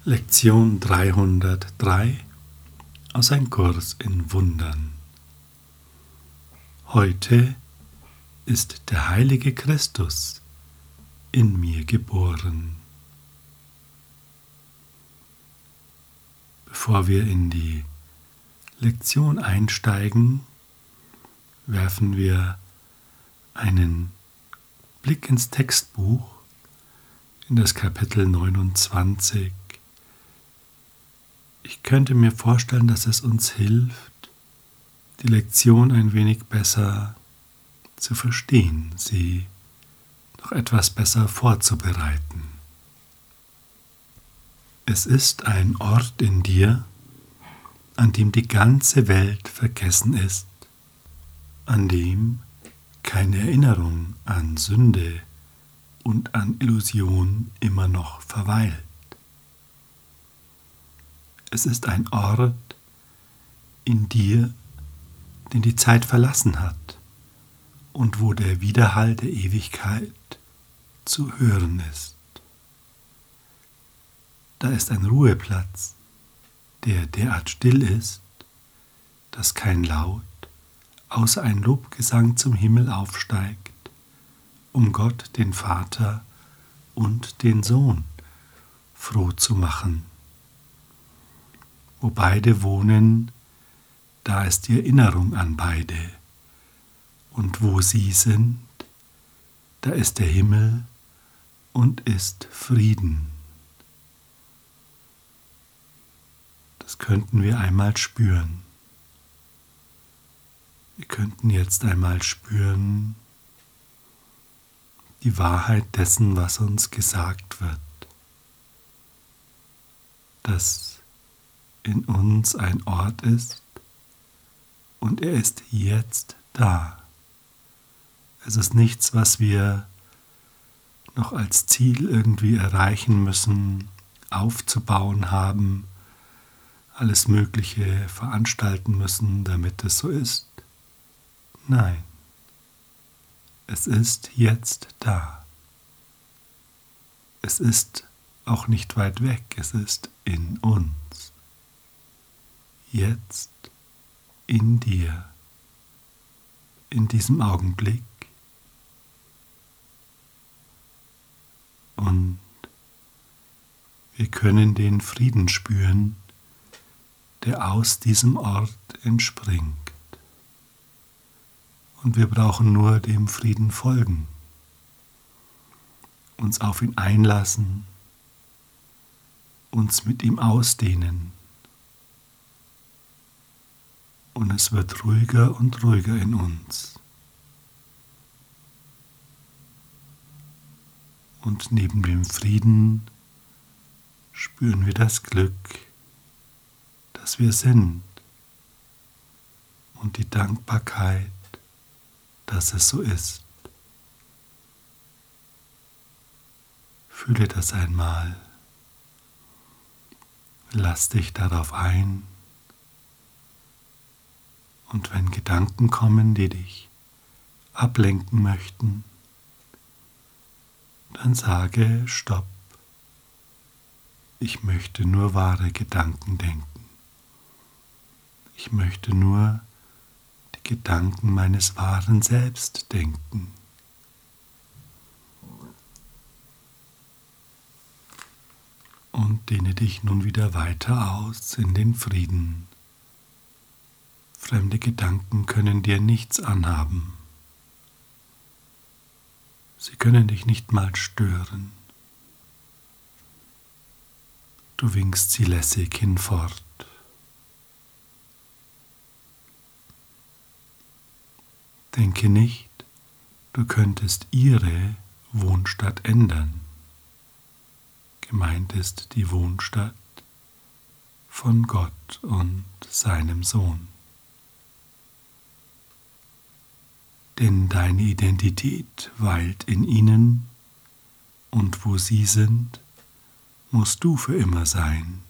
Lektion 303 aus Ein Kurs in Wundern. Heute ist der heilige Christus in mir geboren. Bevor wir in die Lektion einsteigen, werfen wir einen Blick ins Textbuch, in das Kapitel 29. Ich könnte mir vorstellen, dass es uns hilft, die Lektion ein wenig besser zu verstehen, sie noch etwas besser vorzubereiten. Es ist ein Ort in dir, an dem die ganze Welt vergessen ist, an dem keine Erinnerung an Sünde und an Illusion immer noch verweilt. Es ist ein Ort in dir, den die Zeit verlassen hat und wo der Widerhall der Ewigkeit zu hören ist. Da ist ein Ruheplatz, der derart still ist, dass kein Laut außer ein Lobgesang zum Himmel aufsteigt, um Gott, den Vater und den Sohn froh zu machen. Wo beide wohnen, da ist die Erinnerung an beide. Und wo sie sind, da ist der Himmel und ist Frieden. Das könnten wir einmal spüren. Wir könnten jetzt einmal spüren die Wahrheit dessen, was uns gesagt wird, dass in uns ein Ort ist und er ist jetzt da. Es ist nichts, was wir noch als Ziel irgendwie erreichen müssen, aufzubauen haben, alles Mögliche veranstalten müssen, damit es so ist. Nein, es ist jetzt da. Es ist auch nicht weit weg, es ist in uns. Jetzt in dir, in diesem Augenblick. Und wir können den Frieden spüren, der aus diesem Ort entspringt. Und wir brauchen nur dem Frieden folgen, uns auf ihn einlassen, uns mit ihm ausdehnen. Und es wird ruhiger und ruhiger in uns. Und neben dem Frieden spüren wir das Glück, dass wir sind, und die Dankbarkeit, dass es so ist. Fühle das einmal. Lass dich darauf ein. Und wenn Gedanken kommen, die dich ablenken möchten, dann sage Stopp. Ich möchte nur wahre Gedanken denken. Ich möchte nur die Gedanken meines wahren Selbst denken. Und dehne dich nun wieder weiter aus in den Frieden. Fremde Gedanken können dir nichts anhaben. Sie können dich nicht mal stören. Du winkst sie lässig hinfort. Denke nicht, du könntest ihre Wohnstatt ändern. Gemeint ist die Wohnstatt von Gott und seinem Sohn. Denn deine Identität weilt in ihnen, und wo sie sind, musst du für immer sein.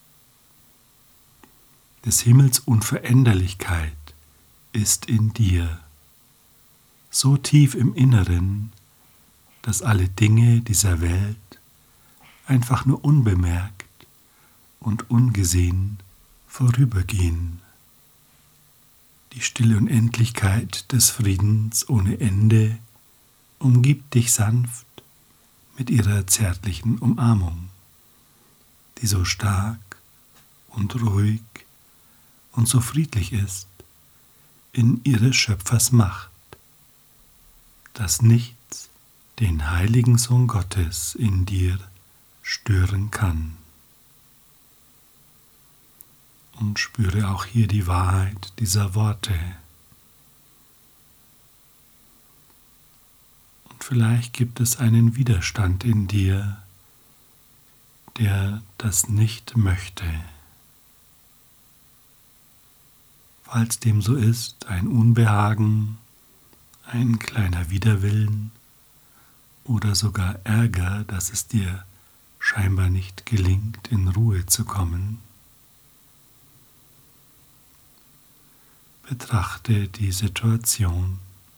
Des Himmels Unveränderlichkeit ist in dir, so tief im Inneren, dass alle Dinge dieser Welt einfach nur unbemerkt und ungesehen vorübergehen. Die stille Unendlichkeit des Friedens ohne Ende umgibt dich sanft mit ihrer zärtlichen Umarmung, die so stark und ruhig und so friedlich ist in ihres Schöpfers Macht, dass nichts den heiligen Sohn Gottes in dir stören kann. Und spüre auch hier die Wahrheit dieser Worte. Und vielleicht gibt es einen Widerstand in dir, der das nicht möchte. Falls dem so ist, ein Unbehagen, ein kleiner Widerwillen oder sogar Ärger, dass es dir scheinbar nicht gelingt, in Ruhe zu kommen, betrachte die Situation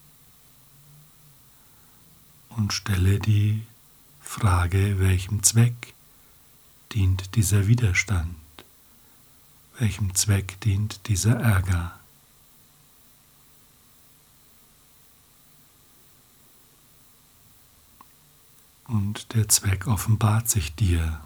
und stelle die Frage, welchem Zweck dient dieser Widerstand? Welchem Zweck dient dieser Ärger? Und der Zweck offenbart sich dir.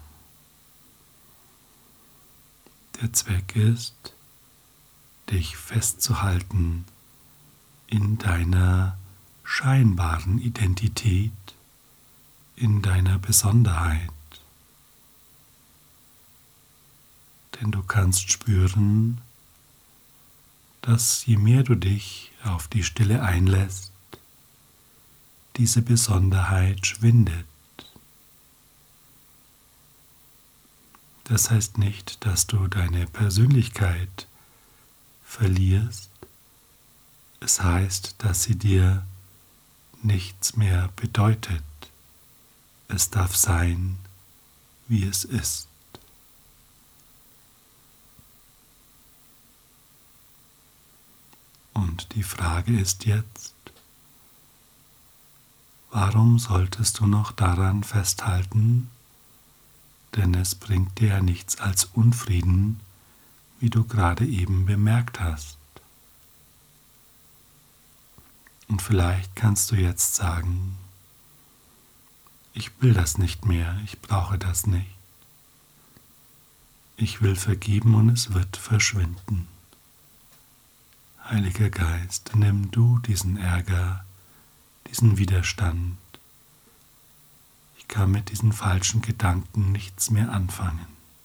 Der Zweck ist, dich festzuhalten in deiner scheinbaren Identität, in deiner Besonderheit. Denn du kannst spüren, dass je mehr du dich auf die Stille einlässt, diese Besonderheit schwindet. Das heißt nicht, dass du deine Persönlichkeit verlierst. Es heißt, dass sie dir nichts mehr bedeutet. Es darf sein, wie es ist. Und die Frage ist jetzt, warum solltest du noch daran festhalten? Denn es bringt dir ja nichts als Unfrieden, wie du gerade eben bemerkt hast. Und vielleicht kannst du jetzt sagen, ich will das nicht mehr, ich brauche das nicht. Ich will vergeben und es wird verschwinden. Heiliger Geist, nimm du diesen Ärger, diesen Widerstand. Ich kann mit diesen falschen Gedanken nichts mehr anfangen.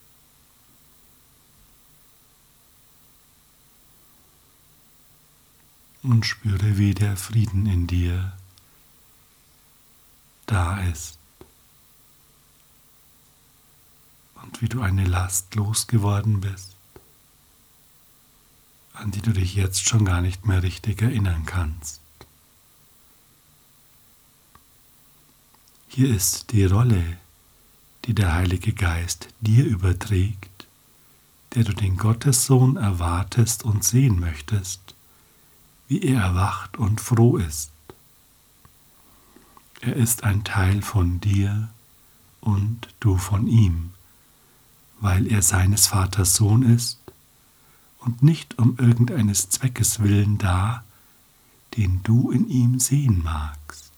Und spüre, wie der Frieden in dir da ist und wie du eine Last losgeworden bist, an die du dich jetzt schon gar nicht mehr richtig erinnern kannst. Hier ist die Rolle, die der Heilige Geist dir überträgt, der du den Gottessohn erwartest und sehen möchtest, wie er erwacht und froh ist. Er ist ein Teil von dir und du von ihm, weil er seines Vaters Sohn ist und nicht um irgendeines Zweckes willen da, den du in ihm sehen magst.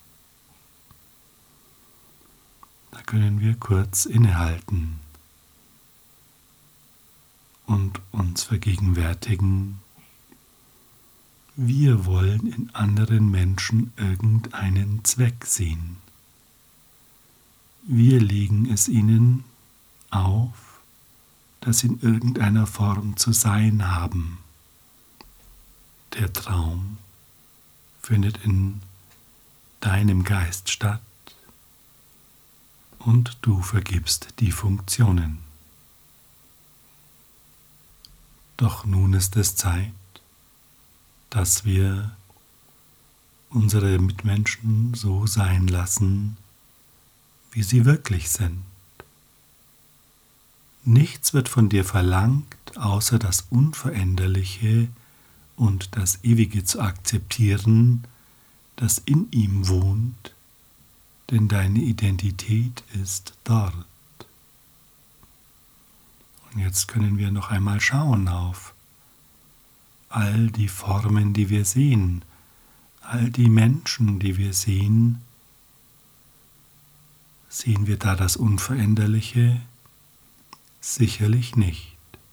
Da können wir kurz innehalten und uns vergegenwärtigen, wir wollen in anderen Menschen irgendeinen Zweck sehen. Wir legen es ihnen auf, dass sie in irgendeiner Form zu sein haben. Der Traum findet in deinem Geist statt und du vergibst die Funktionen. Doch nun ist es Zeit, dass wir unsere Mitmenschen so sein lassen, wie sie wirklich sind. Nichts wird von dir verlangt, außer das Unveränderliche und das Ewige zu akzeptieren, das in ihm wohnt, denn deine Identität ist dort. Und jetzt können wir noch einmal schauen auf all die Formen, die wir sehen, all die Menschen, die wir sehen. Sehen wir da das Unveränderliche? Sicherlich nicht.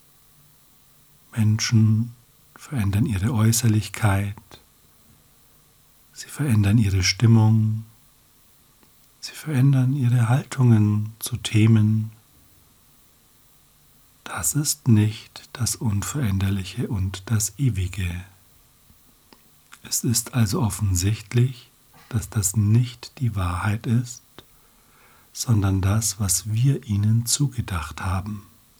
Menschen verändern ihre Äußerlichkeit, sie verändern ihre Stimmung, sie verändern ihre Haltungen zu Themen. Das ist nicht das Unveränderliche und das Ewige. Es ist also offensichtlich, dass das nicht die Wahrheit ist, sondern das, was wir ihnen zugedacht haben.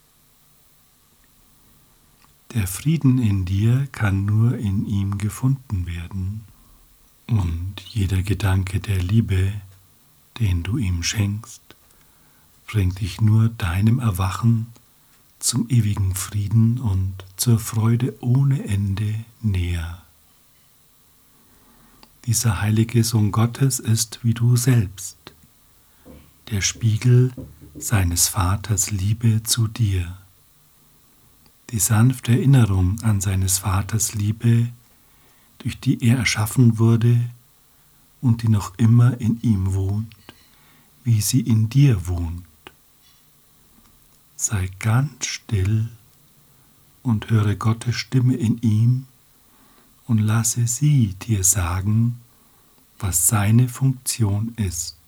Der Frieden in dir kann nur in ihm gefunden werden, und jeder Gedanke der Liebe, den du ihm schenkst, bringt dich nur deinem Erwachen zum ewigen Frieden und zur Freude ohne Ende näher. Dieser heilige Sohn Gottes ist wie du selbst, der Spiegel seines Vaters Liebe zu dir. Die sanfte Erinnerung an seines Vaters Liebe, durch die er erschaffen wurde und die noch immer in ihm wohnt, wie sie in dir wohnt. Sei ganz still und höre Gottes Stimme in ihm und lasse sie dir sagen, was seine Funktion ist.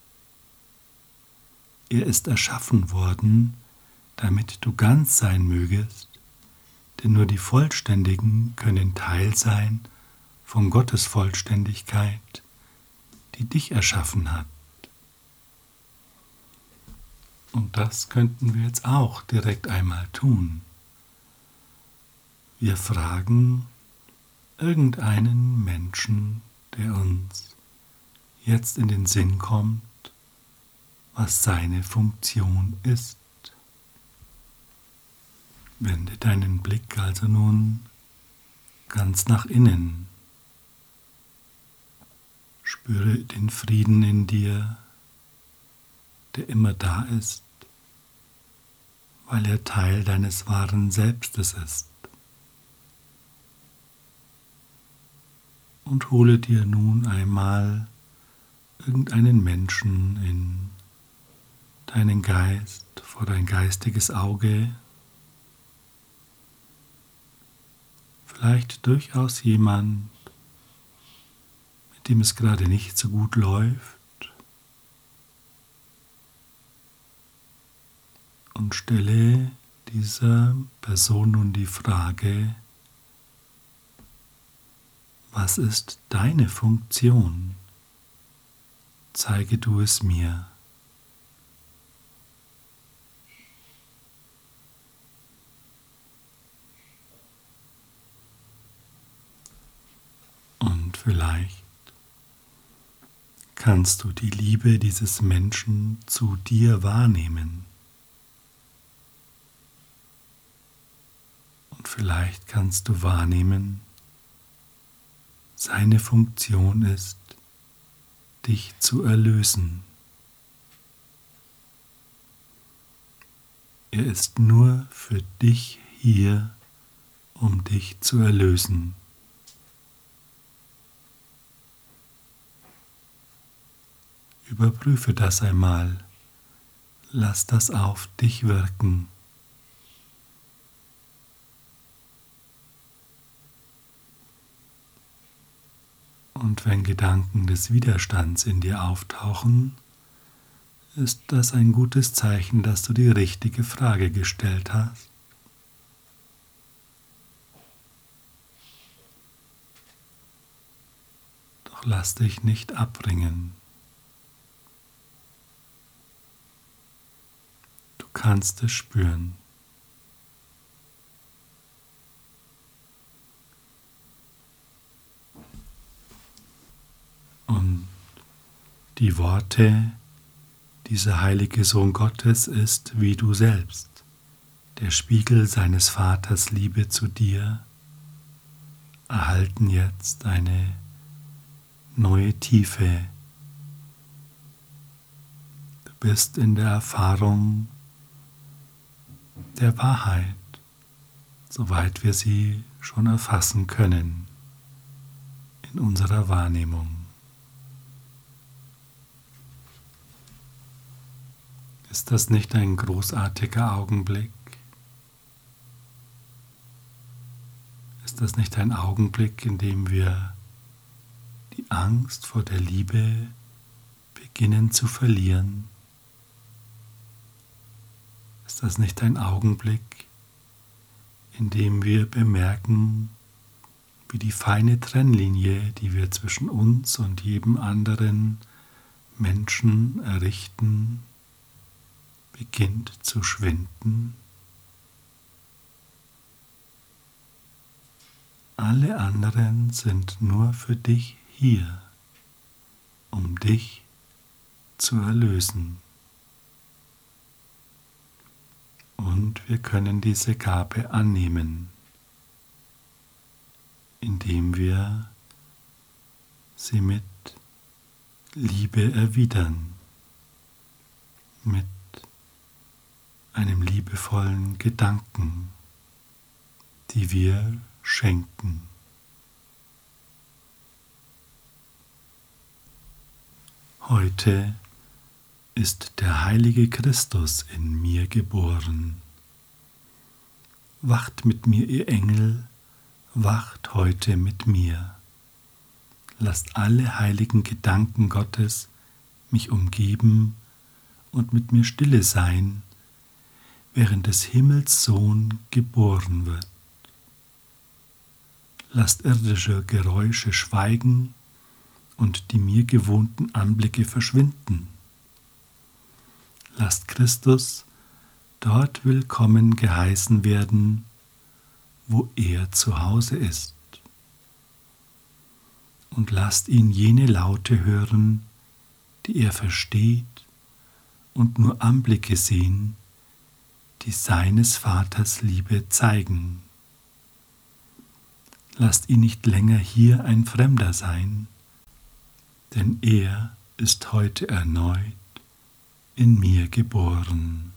Er ist erschaffen worden, damit du ganz sein mögest, denn nur die Vollständigen können Teil sein von Gottes Vollständigkeit, die dich erschaffen hat. Und das könnten wir jetzt auch direkt einmal tun. Wir fragen irgendeinen Menschen, der uns jetzt in den Sinn kommt, was seine Funktion ist. Wende deinen Blick also nun ganz nach innen. Spüre den Frieden in dir, der immer da ist, weil er Teil deines wahren Selbstes ist. Und hole dir nun einmal irgendeinen Menschen in deinen Geist, vor dein geistiges Auge. Vielleicht durchaus jemand, mit dem es gerade nicht so gut läuft. Und stelle dieser Person nun die Frage, was ist deine Funktion? Zeige du es mir. Und vielleicht kannst du die Liebe dieses Menschen zu dir wahrnehmen. Und vielleicht kannst du wahrnehmen, seine Funktion ist, dich zu erlösen. Er ist nur für dich hier, um dich zu erlösen. Überprüfe das einmal. Lass das auf dich wirken. Und wenn Gedanken des Widerstands in dir auftauchen, ist das ein gutes Zeichen, dass du die richtige Frage gestellt hast. Doch lass dich nicht abbringen. Du kannst es spüren. Und die Worte, dieser heilige Sohn Gottes ist wie du selbst, der Spiegel seines Vaters Liebe zu dir, erhalten jetzt eine neue Tiefe. Du bist in der Erfahrung, der Wahrheit, soweit wir sie schon erfassen können in unserer Wahrnehmung. Ist das nicht ein großartiger Augenblick? Ist das nicht ein Augenblick, in dem wir die Angst vor der Liebe beginnen zu verlieren? Ist das nicht ein Augenblick, in dem wir bemerken, wie die feine Trennlinie, die wir zwischen uns und jedem anderen Menschen errichten, beginnt zu schwinden? Alle anderen sind nur für dich hier, um dich zu erlösen. Und wir können diese Gabe annehmen, indem wir sie mit Liebe erwidern, mit einem liebevollen Gedanken, die wir schenken. Heute ist der heilige Christus in mir geboren. Wacht mit mir, ihr Engel, wacht heute mit mir. Lasst alle heiligen Gedanken Gottes mich umgeben und mit mir stille sein, während des Himmels Sohn geboren wird. Lasst irdische Geräusche schweigen und die mir gewohnten Anblicke verschwinden. Lasst Christus dort willkommen geheißen werden, wo er zu Hause ist. Und lasst ihn jene Laute hören, die er versteht und nur Anblicke sehen, die seines Vaters Liebe zeigen. Lasst ihn nicht länger hier ein Fremder sein, denn er ist heute erneut in mir geboren.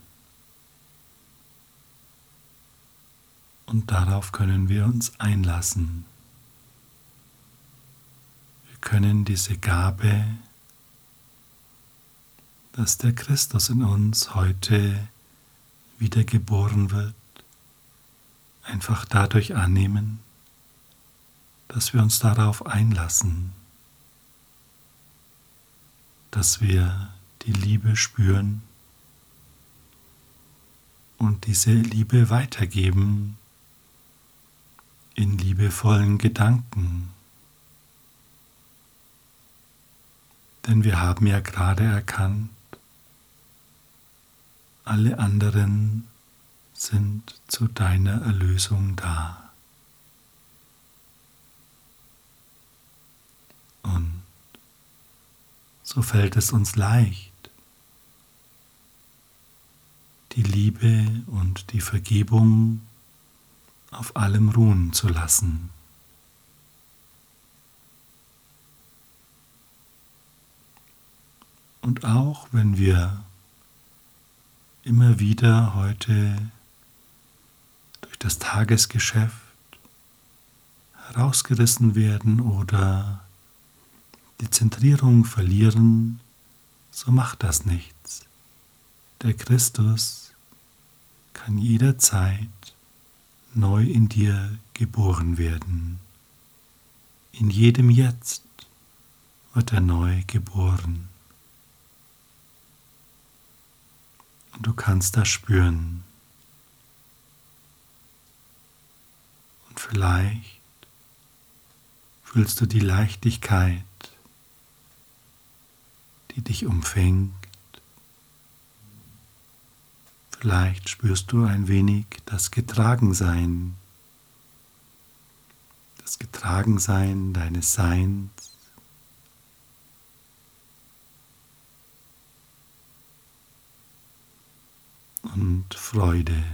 Und darauf können wir uns einlassen. Wir können diese Gabe, dass der Christus in uns heute wiedergeboren wird, einfach dadurch annehmen, dass wir uns darauf einlassen, dass wir die Liebe spüren und diese Liebe weitergeben in liebevollen Gedanken. Denn wir haben ja gerade erkannt, alle anderen sind zu deiner Erlösung da. Und so fällt es uns leicht, die Liebe und die Vergebung auf allem ruhen zu lassen. Und auch wenn wir immer wieder heute durch das Tagesgeschäft herausgerissen werden oder die Zentrierung verlieren, so macht das nichts. Der Christus kann jederzeit neu in dir geboren werden. In jedem Jetzt wird er neu geboren. Und du kannst das spüren. Und vielleicht fühlst du die Leichtigkeit, die dich umfängt. Vielleicht spürst du ein wenig das Getragensein deines Seins. Und Freude.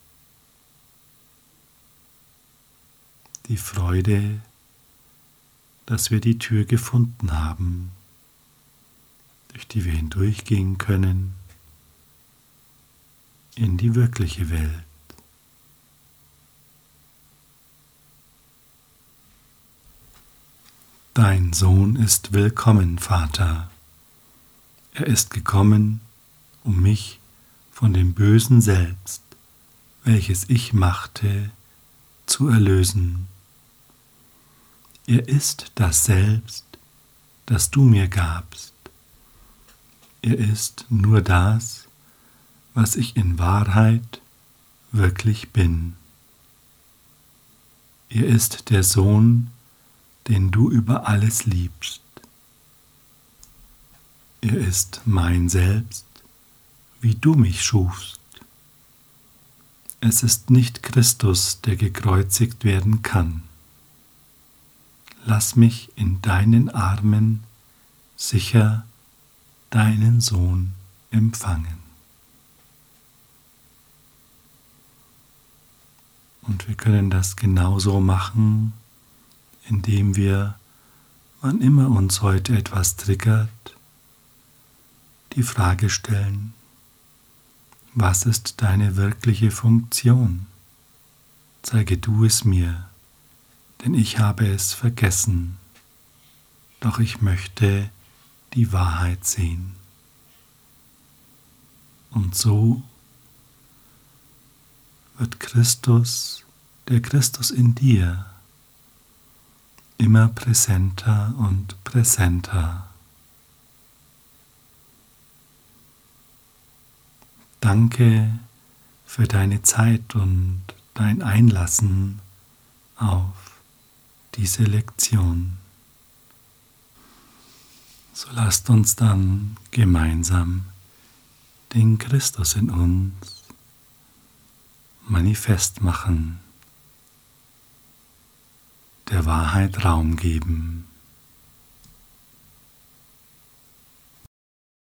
Die Freude, dass wir die Tür gefunden haben, durch die wir hindurchgehen können in die wirkliche Welt. Dein Sohn ist willkommen, Vater. Er ist gekommen, um mich von dem bösen Selbst, welches ich machte, zu erlösen. Er ist das Selbst, das du mir gabst. Er ist nur das, was ich in Wahrheit wirklich bin. Er ist der Sohn, den du über alles liebst. Er ist mein Selbst, wie du mich schufst. Es ist nicht Christus, der gekreuzigt werden kann. Lass mich in deinen Armen sicher deinen Sohn empfangen. Und wir können das genauso machen, indem wir, wann immer uns heute etwas triggert, die Frage stellen: Was ist deine wirkliche Funktion? Zeige du es mir, denn ich habe es vergessen, doch ich möchte die Wahrheit sehen. Und so wird Christus, der Christus in dir, immer präsenter und präsenter. Danke für deine Zeit und dein Einlassen auf diese Lektion. So lasst uns dann gemeinsam den Christus in uns manifest machen, der Wahrheit Raum geben.